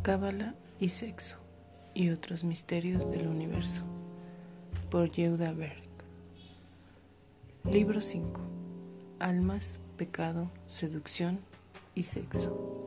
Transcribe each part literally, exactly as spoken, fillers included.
Cábala y sexo y otros misterios del universo, por Yehuda Berg. Libro cinco. Almas, pecado, seducción y sexo.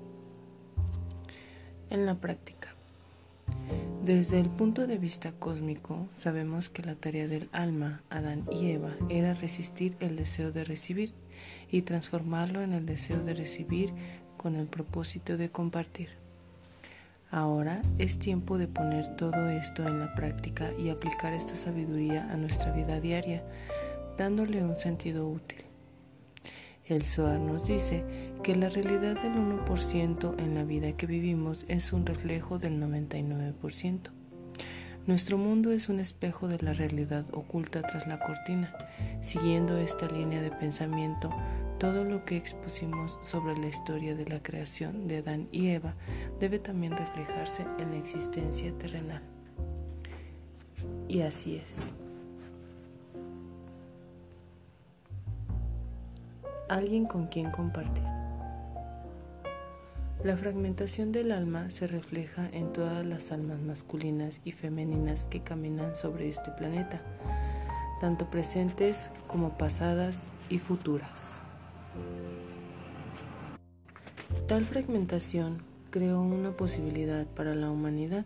En la práctica. Desde el punto de vista cósmico, sabemos que la tarea del alma, Adán y Eva, era resistir el deseo de recibir y transformarlo en el deseo de recibir con el propósito de compartir. Ahora es tiempo de poner todo esto en la práctica y aplicar esta sabiduría a nuestra vida diaria, dándole un sentido útil. El Zohar nos dice que la realidad del uno por ciento en la vida que vivimos es un reflejo del noventa y nueve por ciento. Nuestro mundo es un espejo de la realidad oculta tras la cortina. Siguiendo esta línea de pensamiento, todo lo que expusimos sobre la historia de la creación de Adán y Eva debe también reflejarse en la existencia terrenal. Y así es. Alguien con quien compartir. La fragmentación del alma se refleja en todas las almas masculinas y femeninas que caminan sobre este planeta, tanto presentes como pasadas y futuras. Tal fragmentación creó una posibilidad para la humanidad.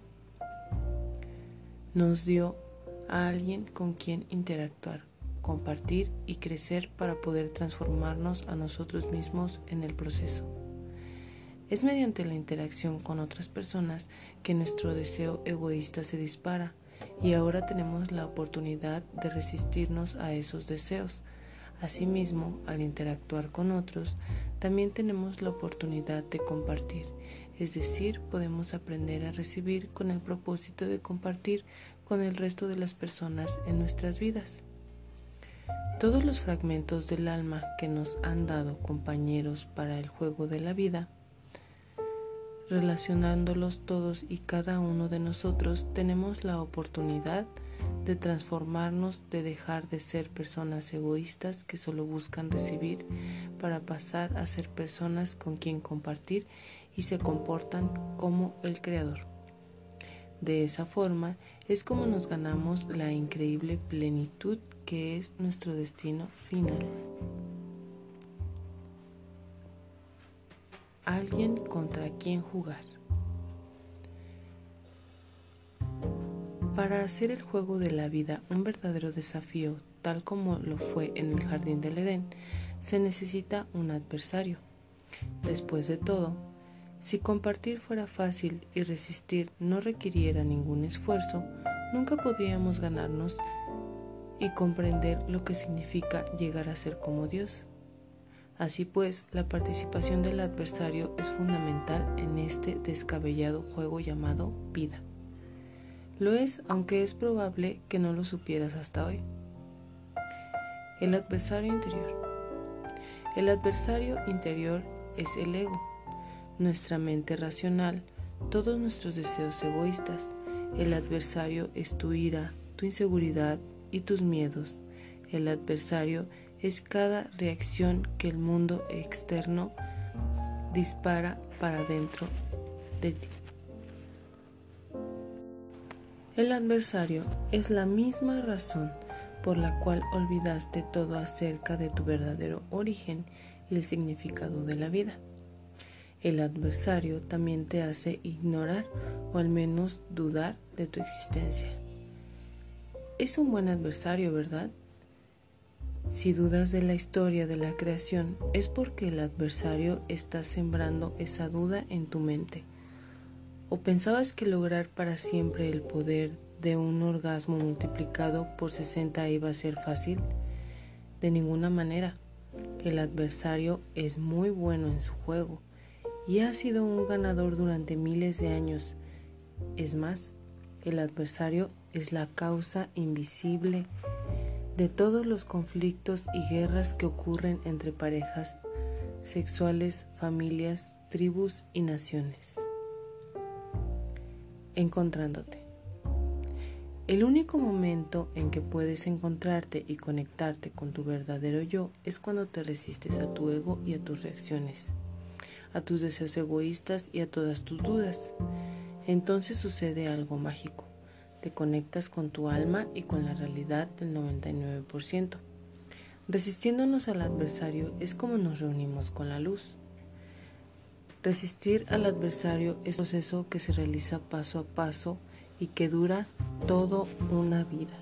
Nos dio a alguien con quien interactuar, compartir y crecer para poder transformarnos a nosotros mismos en el proceso. Es mediante la interacción con otras personas que nuestro deseo egoísta se dispara y ahora tenemos la oportunidad de resistirnos a esos deseos. Asimismo, al interactuar con otros, también tenemos la oportunidad de compartir, es decir, podemos aprender a recibir con el propósito de compartir con el resto de las personas en nuestras vidas. Todos los fragmentos del alma que nos han dado compañeros para el juego de la vida, relacionándolos todos y cada uno de nosotros, tenemos la oportunidad de transformarnos, de dejar de ser personas egoístas que solo buscan recibir para pasar a ser personas con quien compartir y se comportan como el Creador. De esa forma es como nos ganamos la increíble plenitud que es nuestro destino final. Alguien contra quien jugar. Para hacer el juego de la vida un verdadero desafío, tal como lo fue en el jardín del Edén, se necesita un adversario. Después de todo, si compartir fuera fácil y resistir no requiriera ningún esfuerzo, nunca podríamos ganarnos y comprender lo que significa llegar a ser como Dios. Así pues, la participación del adversario es fundamental en este descabellado juego llamado vida. Lo es, aunque es probable que no lo supieras hasta hoy. El adversario interior. El adversario interior es el ego, nuestra mente racional, todos nuestros deseos egoístas. El adversario es tu ira, tu inseguridad y tus miedos. El adversario es cada reacción que el mundo externo dispara para dentro de ti. El adversario es la misma razón por la cual olvidaste todo acerca de tu verdadero origen y el significado de la vida. El adversario también te hace ignorar o al menos dudar de tu existencia. Es un buen adversario, ¿verdad? Si dudas de la historia de la creación, es porque el adversario está sembrando esa duda en tu mente. ¿O pensabas que lograr para siempre el poder de un orgasmo multiplicado por sesenta iba a ser fácil? De ninguna manera. El adversario es muy bueno en su juego y ha sido un ganador durante miles de años. Es más, el adversario es la causa invisible de todos los conflictos y guerras que ocurren entre parejas sexuales, familias, tribus y naciones. Encontrándote. El único momento en que puedes encontrarte y conectarte con tu verdadero yo es cuando te resistes a tu ego y a tus reacciones. a tus deseos egoístas y a todas tus dudas. Entonces sucede algo mágico. Te conectas con tu alma y con la realidad del noventa y nueve por ciento. Resistiéndonos al adversario es como nos reunimos con la luz. Resistir al adversario es un proceso que se realiza paso a paso y que dura toda una vida.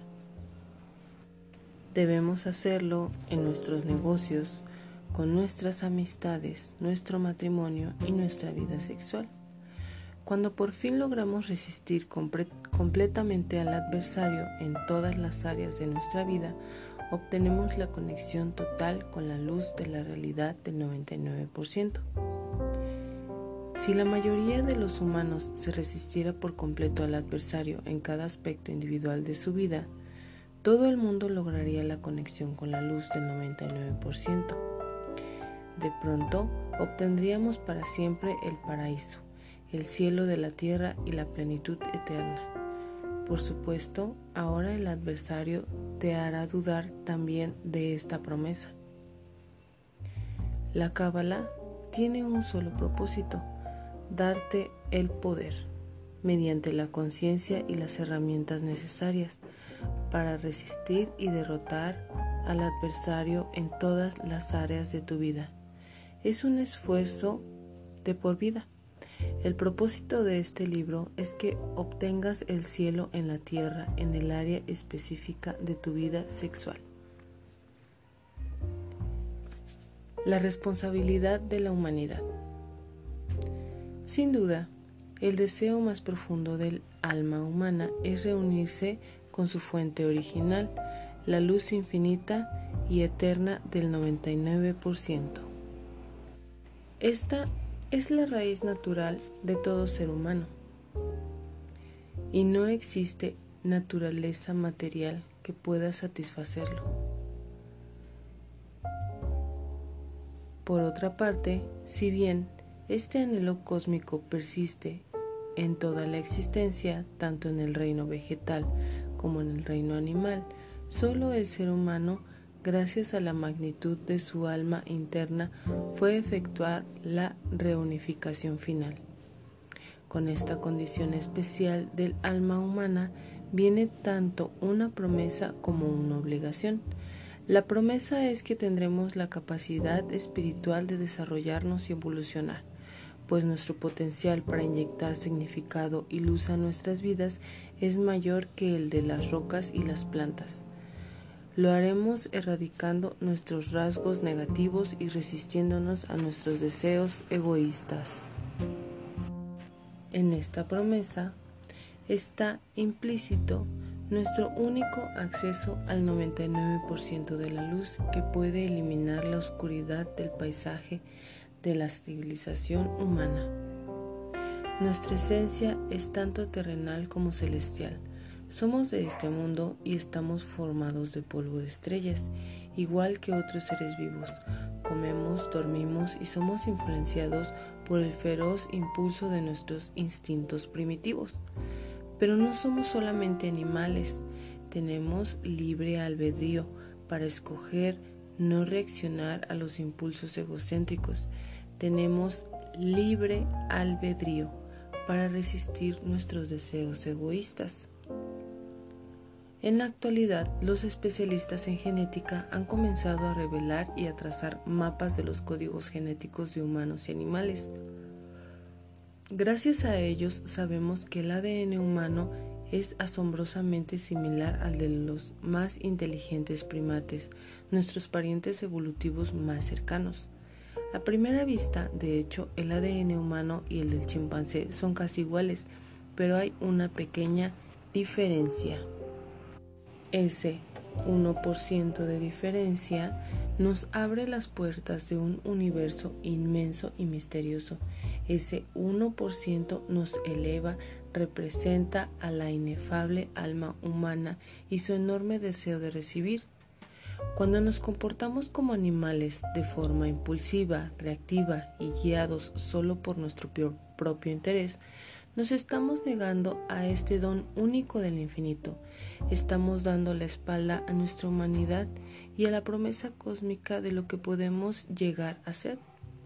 Debemos hacerlo en nuestros negocios, con nuestras amistades, nuestro matrimonio y nuestra vida sexual. Cuando por fin logramos resistir compre- completamente al adversario en todas las áreas de nuestra vida, obtenemos la conexión total con la luz de la realidad del noventa y nueve por ciento. Si la mayoría de los humanos se resistiera por completo al adversario en cada aspecto individual de su vida, todo el mundo lograría la conexión con la luz del noventa y nueve por ciento. De pronto, obtendríamos para siempre el paraíso, el cielo de la tierra y la plenitud eterna. Por supuesto, ahora el adversario te hará dudar también de esta promesa. La Cábala tiene un solo propósito: darte el poder, mediante la conciencia y las herramientas necesarias para resistir y derrotar al adversario en todas las áreas de tu vida. Es un esfuerzo de por vida. El propósito de este libro es que obtengas el cielo en la tierra en el área específica de tu vida sexual. La responsabilidad de la humanidad. Sin duda, el deseo más profundo del alma humana es reunirse con su fuente original, la luz infinita y eterna del noventa y nueve por ciento. Esta es la raíz natural de todo ser humano, y no existe naturaleza material que pueda satisfacerlo. Por otra parte, si bien este anhelo cósmico persiste en toda la existencia, tanto en el reino vegetal como en el reino animal, solo el ser humano, gracias a la magnitud de su alma interna, fue efectuar la reunificación final. Con esta condición especial del alma humana viene tanto una promesa como una obligación. La promesa es que tendremos la capacidad espiritual de desarrollarnos y evolucionar, pues nuestro potencial para inyectar significado y luz a nuestras vidas es mayor que el de las rocas y las plantas. Lo haremos erradicando nuestros rasgos negativos y resistiéndonos a nuestros deseos egoístas. En esta promesa está implícito nuestro único acceso al noventa y nueve por ciento de la luz que puede eliminar la oscuridad del paisaje de la civilización humana. Nuestra esencia es tanto terrenal como celestial. Somos de este mundo y estamos formados de polvo de estrellas, igual que otros seres vivos. Comemos, dormimos y somos influenciados por el feroz impulso de nuestros instintos primitivos. Pero no somos solamente animales, tenemos libre albedrío para escoger no reaccionar a los impulsos egocéntricos. Tenemos libre albedrío para resistir nuestros deseos egoístas. En la actualidad, los especialistas en genética han comenzado a revelar y a trazar mapas de los códigos genéticos de humanos y animales. Gracias a ellos sabemos que el A D N humano es asombrosamente similar al de los más inteligentes primates, nuestros parientes evolutivos más cercanos. A primera vista, de hecho, el A D N humano y el del chimpancé son casi iguales, pero hay una pequeña diferencia. Ese uno por ciento de diferencia nos abre las puertas de un universo inmenso y misterioso. Ese uno por ciento nos eleva, representa a la inefable alma humana y su enorme deseo de recibir. Cuando nos comportamos como animales de forma impulsiva, reactiva y guiados solo por nuestro propio interés, nos estamos negando a este don único del infinito. Estamos dando la espalda a nuestra humanidad y a la promesa cósmica de lo que podemos llegar a ser.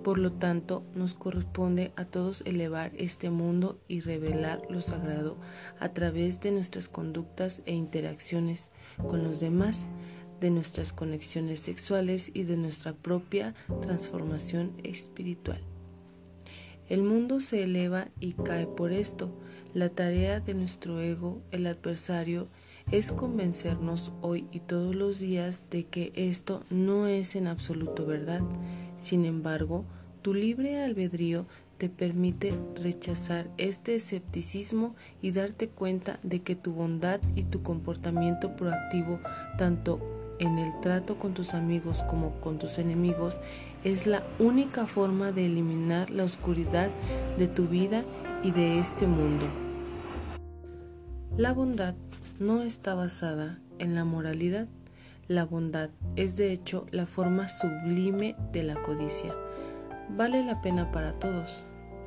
Por lo tanto, nos corresponde a todos elevar este mundo y revelar lo sagrado a través de nuestras conductas e interacciones con los demás, de nuestras conexiones sexuales y de nuestra propia transformación espiritual. El mundo se eleva y cae por esto. La tarea de nuestro ego, el adversario, es convencernos hoy y todos los días de que esto no es en absoluto verdad. Sin embargo, tu libre albedrío te permite rechazar este escepticismo y darte cuenta de que tu bondad y tu comportamiento proactivo, tanto en el trato con tus amigos como con tus enemigos, es la única forma de eliminar la oscuridad de tu vida y de este mundo. La bondad no está basada en la moralidad. La bondad es de hecho la forma sublime de la codicia. Vale la pena para todos.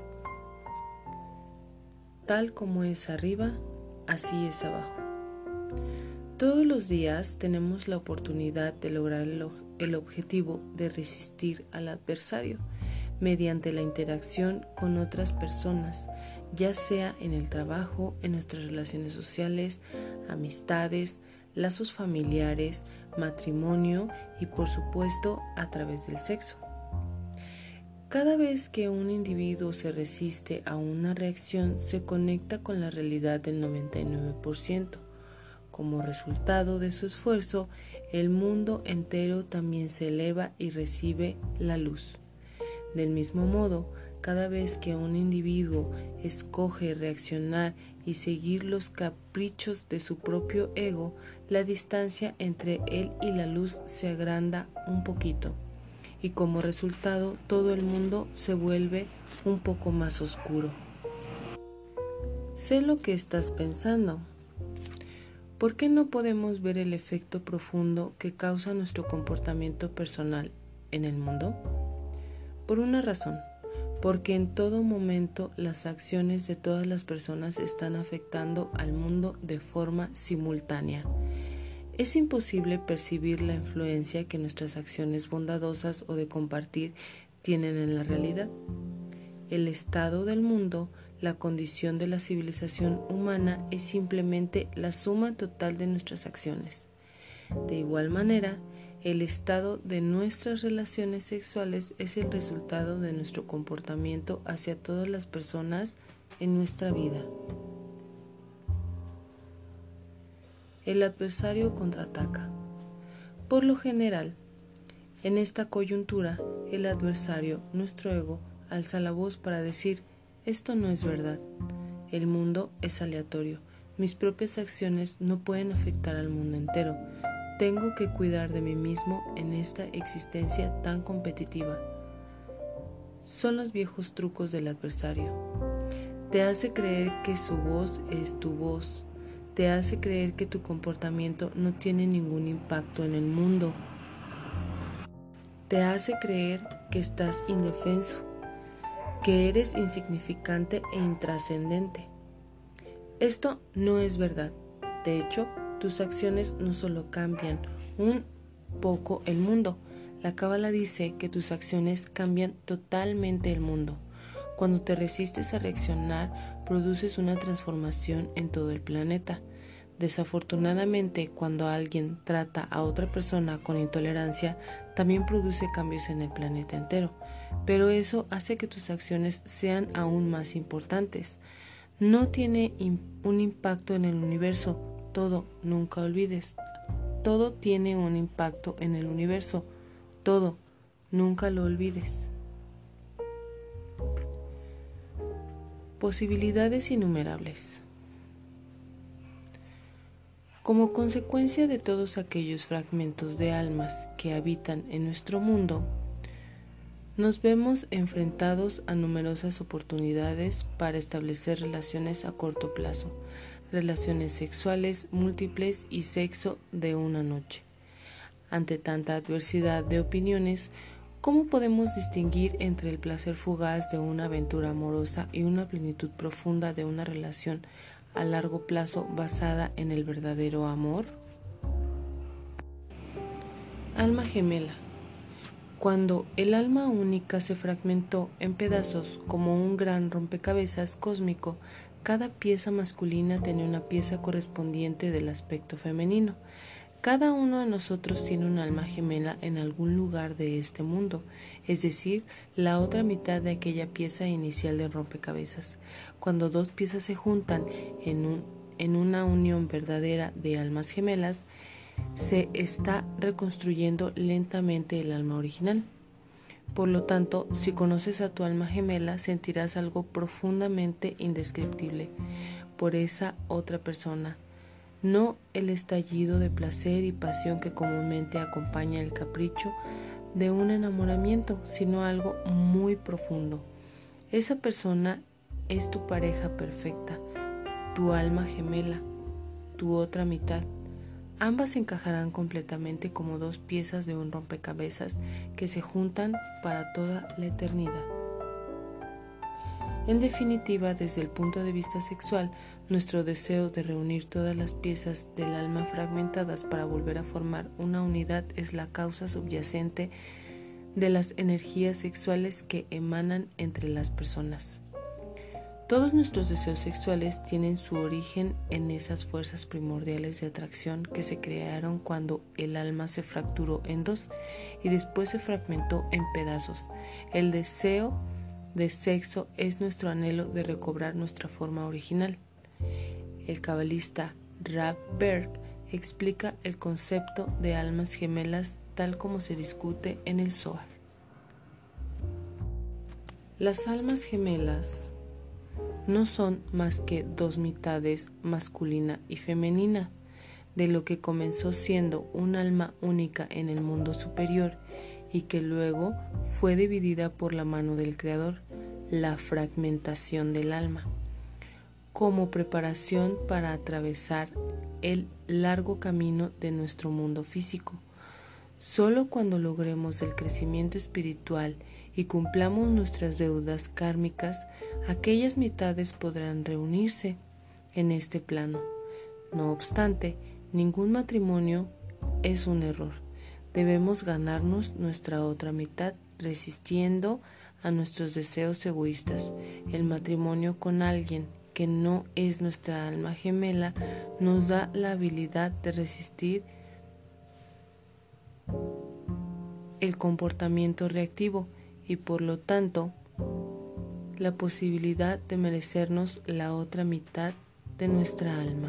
Tal como es arriba, así es abajo. Todos los días tenemos la oportunidad de lograr el, el objetivo de resistir al adversario mediante la interacción con otras personas, ya sea en el trabajo, en nuestras relaciones sociales, amistades, lazos familiares, matrimonio y por supuesto a través del sexo. Cada vez que un individuo se resiste a una reacción, se conecta con la realidad del noventa y nueve por ciento. Como resultado de su esfuerzo, el mundo entero también se eleva y recibe la luz. Del mismo modo, cada vez que un individuo escoge reaccionar y seguir los caprichos de su propio ego, la distancia entre él y la luz se agranda un poquito, y como resultado todo el mundo se vuelve un poco más oscuro. Sé lo que estás pensando. ¿Por qué no podemos ver el efecto profundo que causa nuestro comportamiento personal en el mundo? Por una razón, porque en todo momento las acciones de todas las personas están afectando al mundo de forma simultánea. Es imposible percibir la influencia que nuestras acciones bondadosas o de compartir tienen en la realidad. El estado del mundo, la condición de la civilización humana es simplemente la suma total de nuestras acciones. De igual manera, el estado de nuestras relaciones sexuales es el resultado de nuestro comportamiento hacia todas las personas en nuestra vida. El adversario contraataca. Por lo general, en esta coyuntura, el adversario, nuestro ego, alza la voz para decir: esto no es verdad. El mundo es aleatorio. Mis propias acciones no pueden afectar al mundo entero. Tengo que cuidar de mí mismo en esta existencia tan competitiva. Son los viejos trucos del adversario. Te hace creer que su voz es tu voz. Te hace creer que tu comportamiento no tiene ningún impacto en el mundo. Te hace creer que estás indefenso, que eres insignificante e intrascendente. Esto no es verdad. De hecho, tus acciones no solo cambian un poco el mundo. La Cábala dice que tus acciones cambian totalmente el mundo. Cuando te resistes a reaccionar, produces una transformación en todo el planeta. Desafortunadamente, cuando alguien trata a otra persona con intolerancia, también produce cambios en el planeta entero. Pero eso hace que tus acciones sean aún más importantes. No tiene un impacto en el universo. Todo, nunca olvides. Todo tiene un impacto en el universo. Todo, nunca lo olvides. Posibilidades innumerables. Como consecuencia de todos aquellos fragmentos de almas que habitan en nuestro mundo, nos vemos enfrentados a numerosas oportunidades para establecer relaciones a corto plazo, relaciones sexuales múltiples y sexo de una noche. Ante tanta adversidad de opiniones, ¿cómo podemos distinguir entre el placer fugaz de una aventura amorosa y una plenitud profunda de una relación a largo plazo basada en el verdadero amor? Alma gemela. Cuando el alma única se fragmentó en pedazos como un gran rompecabezas cósmico, cada pieza masculina tenía una pieza correspondiente del aspecto femenino. Cada uno de nosotros tiene un alma gemela en algún lugar de este mundo, es decir, la otra mitad de aquella pieza inicial del rompecabezas. Cuando dos piezas se juntan en, un, en una unión verdadera de almas gemelas, se está reconstruyendo lentamente el alma original. Por lo tanto, si conoces a tu alma gemela, sentirás algo profundamente indescriptible por esa otra persona. No el estallido de placer y pasión que comúnmente acompaña el capricho de un enamoramiento, sino algo muy profundo. Esa persona es tu pareja perfecta, tu alma gemela, tu otra mitad. Ambas encajarán completamente como dos piezas de un rompecabezas que se juntan para toda la eternidad. En definitiva, desde el punto de vista sexual, nuestro deseo de reunir todas las piezas del alma fragmentadas para volver a formar una unidad es la causa subyacente de las energías sexuales que emanan entre las personas. Todos nuestros deseos sexuales tienen su origen en esas fuerzas primordiales de atracción que se crearon cuando el alma se fracturó en dos y después se fragmentó en pedazos. El deseo de sexo es nuestro anhelo de recobrar nuestra forma original. El cabalista Rav Berg explica el concepto de almas gemelas tal como se discute en el Zohar. Las almas gemelas no son más que dos mitades, masculina y femenina, de lo que comenzó siendo un alma única en el mundo superior y que luego fue dividida por la mano del Creador, la fragmentación del alma, como preparación para atravesar el largo camino de nuestro mundo físico. Solo cuando logremos el crecimiento espiritual y cumplamos nuestras deudas kármicas, aquellas mitades podrán reunirse en este plano. No obstante, ningún matrimonio es un error. Debemos ganarnos nuestra otra mitad resistiendo a nuestros deseos egoístas. El matrimonio con alguien que no es nuestra alma gemela nos da la habilidad de resistir el comportamiento reactivo y por lo tanto la posibilidad de merecernos la otra mitad de nuestra alma.